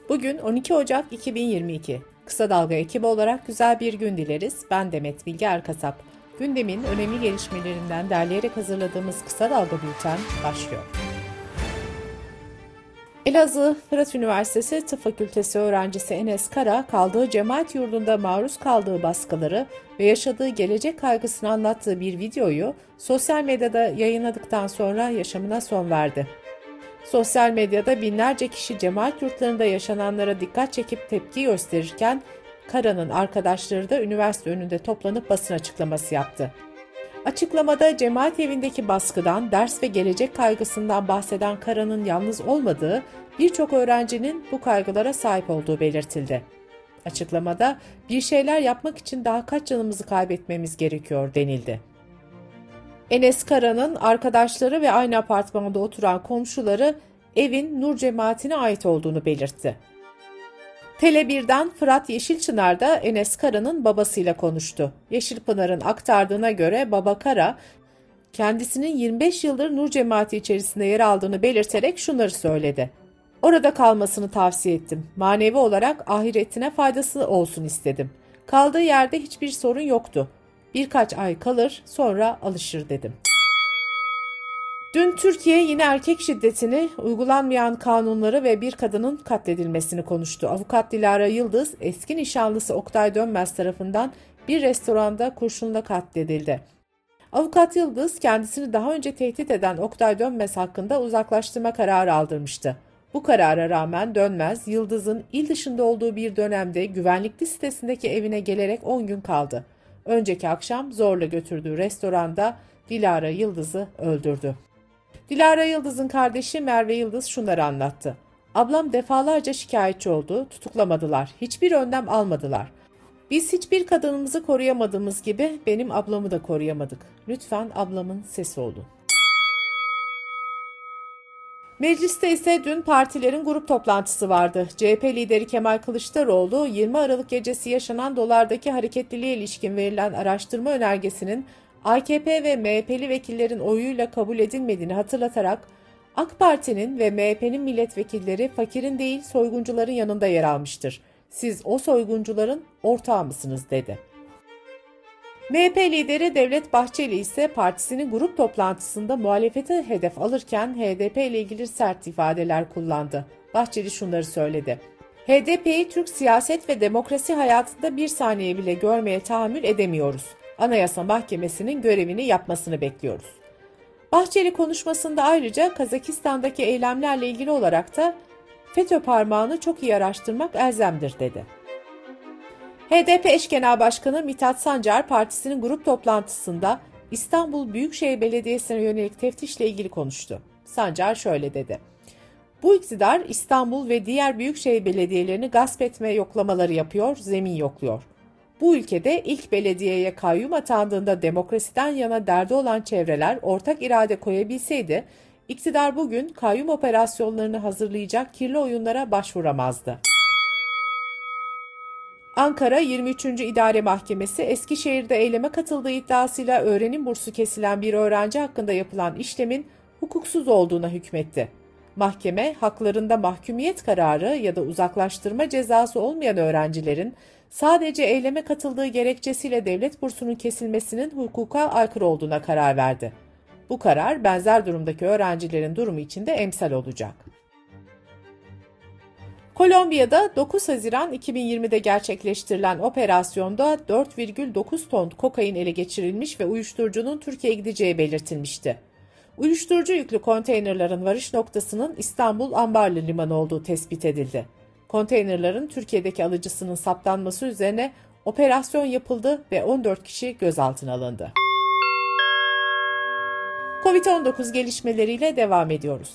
Bugün 12 Ocak 2022. Kısa Dalga ekibi olarak güzel bir gün dileriz. Ben Demet Bilge Erkasap. Gündemin önemli gelişmelerinden derleyerek hazırladığımız Kısa Dalga Bülten başlıyor. Elazığ Fırat Üniversitesi Tıp Fakültesi öğrencisi Enes Kara, kaldığı cemaat yurdunda maruz kaldığı baskıları ve yaşadığı gelecek kaygısını anlattığı bir videoyu sosyal medyada yayınladıktan sonra yaşamına son verdi. Sosyal medyada binlerce kişi cemaat yurtlarında yaşananlara dikkat çekip tepki gösterirken, Kara'nın arkadaşları da üniversite önünde toplanıp basın açıklaması yaptı. Açıklamada cemaat evindeki baskıdan, ders ve gelecek kaygısından bahseden Kara'nın yalnız olmadığı, birçok öğrencinin bu kaygılara sahip olduğu belirtildi. Açıklamada bir şeyler yapmak için daha kaç canımızı kaybetmemiz gerekiyor denildi. Enes Kara'nın arkadaşları ve aynı apartmanda oturan komşuları evin Nur cemaatine ait olduğunu belirtti. Tele1'den Fırat Yeşilçınar da Enes Kara'nın babasıyla konuştu. Yeşilpınar'ın aktardığına göre baba Kara, kendisinin 25 yıldır Nur cemaati içerisinde yer aldığını belirterek şunları söyledi. Orada kalmasını tavsiye ettim. Manevi olarak ahiretine faydası olsun istedim. Kaldığı yerde hiçbir sorun yoktu. Birkaç ay kalır, sonra alışır dedim. Dün Türkiye yine erkek şiddetini, uygulanmayan kanunları ve bir kadının katledilmesini konuştu. Avukat Dilara Yıldız, eski nişanlısı Oktay Dönmez tarafından bir restoranda kurşunla katledildi. Avukat Yıldız, kendisini daha önce tehdit eden Oktay Dönmez hakkında uzaklaştırma kararı aldırmıştı. Bu karara rağmen Dönmez, Yıldız'ın il dışında olduğu bir dönemde güvenlikli sitesindeki evine gelerek 10 gün kaldı. Önceki akşam zorla götürdüğü restoranda Dilara Yıldız'ı öldürdü. Dilara Yıldız'ın kardeşi Merve Yıldız şunları anlattı. Ablam defalarca şikayetçi oldu, tutuklamadılar, hiçbir önlem almadılar. Biz hiçbir kadınımızı koruyamadığımız gibi benim ablamı da koruyamadık. Lütfen ablamın sesi olun. Mecliste ise dün partilerin grup toplantısı vardı. CHP lideri Kemal Kılıçdaroğlu, 20 Aralık gecesi yaşanan dolardaki hareketliliğe ilişkin verilen araştırma önergesinin AKP ve MHP'li vekillerin oyuyla kabul edilmediğini hatırlatarak, AK Parti'nin ve MHP'nin milletvekilleri fakirin değil soyguncuların yanında yer almıştır. Siz o soyguncuların ortağı mısınız dedi. MHP lideri Devlet Bahçeli ise partisinin grup toplantısında muhalefeti hedef alırken HDP ile ilgili sert ifadeler kullandı. Bahçeli şunları söyledi. HDP'yi Türk siyaset ve demokrasi hayatında bir saniye bile görmeye tahammül edemiyoruz. Anayasa Mahkemesi'nin görevini yapmasını bekliyoruz. Bahçeli konuşmasında ayrıca Kazakistan'daki eylemlerle ilgili olarak da FETÖ parmağını çok iyi araştırmak elzemdir dedi. HDP eş genel başkanı Mithat Sancar partisinin grup toplantısında İstanbul Büyükşehir Belediyesi'ne yönelik teftişle ilgili konuştu. Sancar şöyle dedi. Bu iktidar İstanbul ve diğer büyükşehir belediyelerini gasp etme yoklamaları yapıyor, zemin yokluyor. Bu ülkede ilk belediyeye kayyum atandığında demokrasiden yana derdi olan çevreler ortak irade koyabilseydi, iktidar bugün kayyum operasyonlarını hazırlayacak kirli oyunlara başvuramazdı. Ankara 23. İdare Mahkemesi, Eskişehir'de eyleme katıldığı iddiasıyla öğrenim bursu kesilen bir öğrenci hakkında yapılan işlemin hukuksuz olduğuna hükmetti. Mahkeme, haklarında mahkumiyet kararı ya da uzaklaştırma cezası olmayan öğrencilerin sadece eyleme katıldığı gerekçesiyle devlet bursunun kesilmesinin hukuka aykırı olduğuna karar verdi. Bu karar benzer durumdaki öğrencilerin durumu için de emsal olacak. Kolombiya'da 9 Haziran 2020'de gerçekleştirilen operasyonda 4,9 ton kokain ele geçirilmiş ve uyuşturucunun Türkiye'ye gideceği belirtilmişti. Uyuşturucu yüklü konteynerların varış noktasının İstanbul Ambarlı Limanı olduğu tespit edildi. Konteynerların Türkiye'deki alıcısının saptanması üzerine operasyon yapıldı ve 14 kişi gözaltına alındı. Covid-19 gelişmeleriyle devam ediyoruz.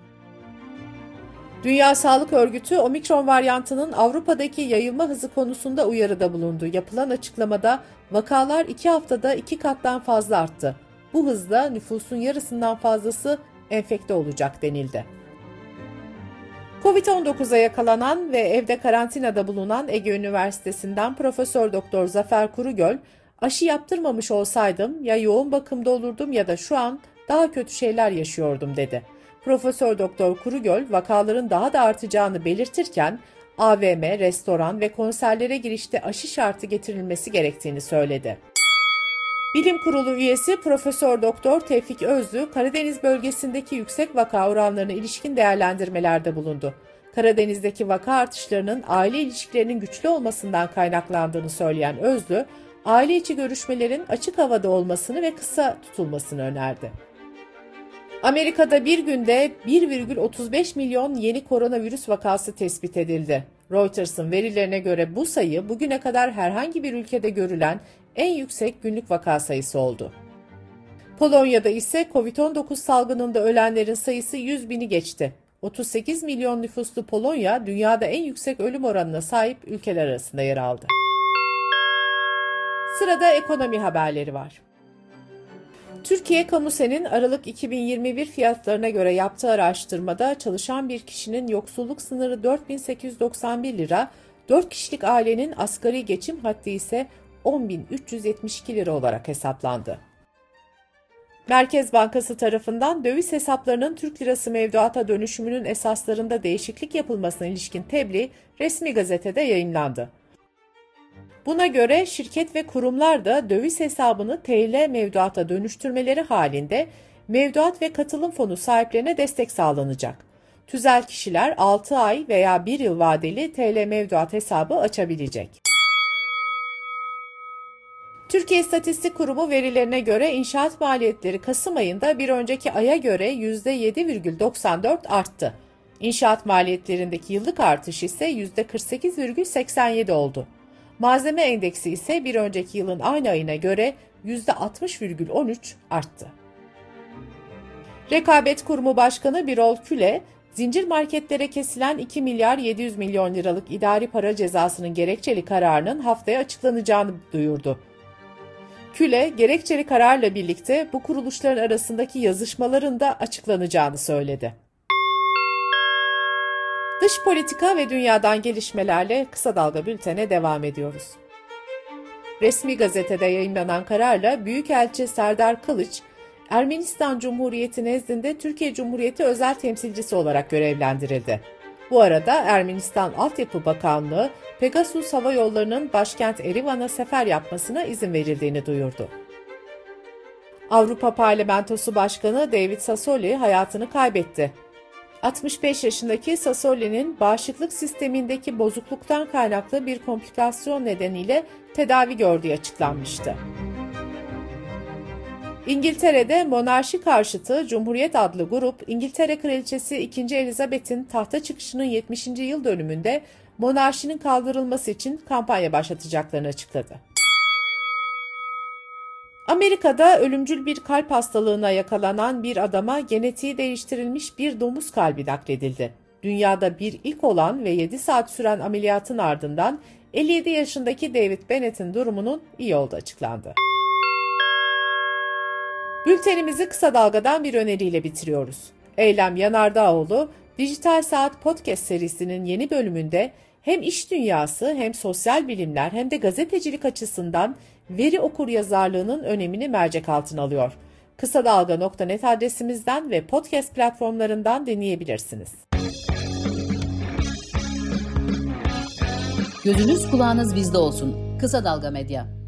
Dünya Sağlık Örgütü, omikron varyantının Avrupa'daki yayılma hızı konusunda uyarıda bulundu. Yapılan açıklamada vakalar 2 haftada 2 kattan fazla arttı. Bu hızla nüfusun yarısından fazlası enfekte olacak denildi. Covid-19'a yakalanan ve evde karantinada bulunan Ege Üniversitesi'nden Profesör Doktor Zafer Kurugöl, aşı yaptırmamış olsaydım ya yoğun bakımda olurdum ya da şu an daha kötü şeyler yaşıyordum dedi. Profesör Doktor Kurugöl vakaların daha da artacağını belirtirken AVM, restoran ve konserlere girişte aşı şartı getirilmesi gerektiğini söyledi. Bilim Kurulu üyesi Profesör Doktor Tevfik Özlü, Karadeniz bölgesindeki yüksek vaka oranlarına ilişkin değerlendirmelerde bulundu. Karadeniz'deki vaka artışlarının aile ilişkilerinin güçlü olmasından kaynaklandığını söyleyen Özlü, aile içi görüşmelerin açık havada olmasını ve kısa tutulmasını önerdi. Amerika'da bir günde 1,35 milyon yeni koronavirüs vakası tespit edildi. Reuters'ın verilerine göre bu sayı bugüne kadar herhangi bir ülkede görülen en yüksek günlük vaka sayısı oldu. Polonya'da ise COVID-19 salgınında ölenlerin sayısı 100 bini geçti. 38 milyon nüfuslu Polonya, dünyada en yüksek ölüm oranına sahip ülkeler arasında yer aldı. Sırada ekonomi haberleri var. Türkiye Kamusen'in Aralık 2021 fiyatlarına göre yaptığı araştırmada çalışan bir kişinin yoksulluk sınırı 4.891 lira, 4 kişilik ailenin asgari geçim haddi ise 10.372 lira olarak hesaplandı. Merkez Bankası tarafından döviz hesaplarının Türk lirası mevduata dönüşümünün esaslarında değişiklik yapılmasına ilişkin tebliğ resmi gazetede yayımlandı. Buna göre şirket ve kurumlar da döviz hesabını TL mevduata dönüştürmeleri halinde mevduat ve katılım fonu sahiplerine destek sağlanacak. Tüzel kişiler 6 ay veya 1 yıl vadeli TL mevduat hesabı açabilecek. Türkiye İstatistik Kurumu verilerine göre inşaat maliyetleri Kasım ayında bir önceki aya göre %7,94 arttı. İnşaat maliyetlerindeki yıllık artış ise %48,87 oldu. Malzeme endeksi ise bir önceki yılın aynı ayına göre %60,13 arttı. Rekabet Kurumu Başkanı Birol Küle, zincir marketlere kesilen 2 milyar 700 milyon liralık idari para cezasının gerekçeli kararının haftaya açıklanacağını duyurdu. Küle, gerekçeli kararla birlikte bu kuruluşların arasındaki yazışmaların da açıklanacağını söyledi. Dış politika ve dünyadan gelişmelerle Kısa Dalga Bülten'e devam ediyoruz. Resmi gazetede yayımlanan kararla Büyükelçi Serdar Kılıç, Ermenistan Cumhuriyeti nezdinde Türkiye Cumhuriyeti özel temsilcisi olarak görevlendirildi. Bu arada Ermenistan Altyapı Bakanlığı, Pegasus Hava Yolları'nın başkent Erivan'a sefer yapmasına izin verildiğini duyurdu. Avrupa Parlamentosu Başkanı David Sassoli hayatını kaybetti. 65 yaşındaki Sassoli'nin bağışıklık sistemindeki bozukluktan kaynaklı bir komplikasyon nedeniyle tedavi gördüğü açıklanmıştı. İngiltere'de monarşi karşıtı Cumhuriyet adlı grup, İngiltere Kraliçesi 2. Elizabeth'in tahta çıkışının 70. yıl dönümünde monarşinin kaldırılması için kampanya başlatacaklarını açıkladı. Amerika'da ölümcül bir kalp hastalığına yakalanan bir adama genetiği değiştirilmiş bir domuz kalbi nakledildi. Dünyada bir ilk olan ve 7 saat süren ameliyatın ardından 57 yaşındaki David Bennett'in durumunun iyi olduğu açıklandı. Bültenimizi Kısa Dalga'dan bir öneriyle bitiriyoruz. Eylem Yanardağoğlu, Dijital Saat Podcast serisinin yeni bölümünde hem iş dünyası hem sosyal bilimler hem de gazetecilik açısından veri okuryazarlığının önemini mercek altına alıyor. Kısadalga.net adresimizden ve podcast platformlarından dinleyebilirsiniz. Gözünüz kulağınız bizde olsun. Kısa Dalga Medya.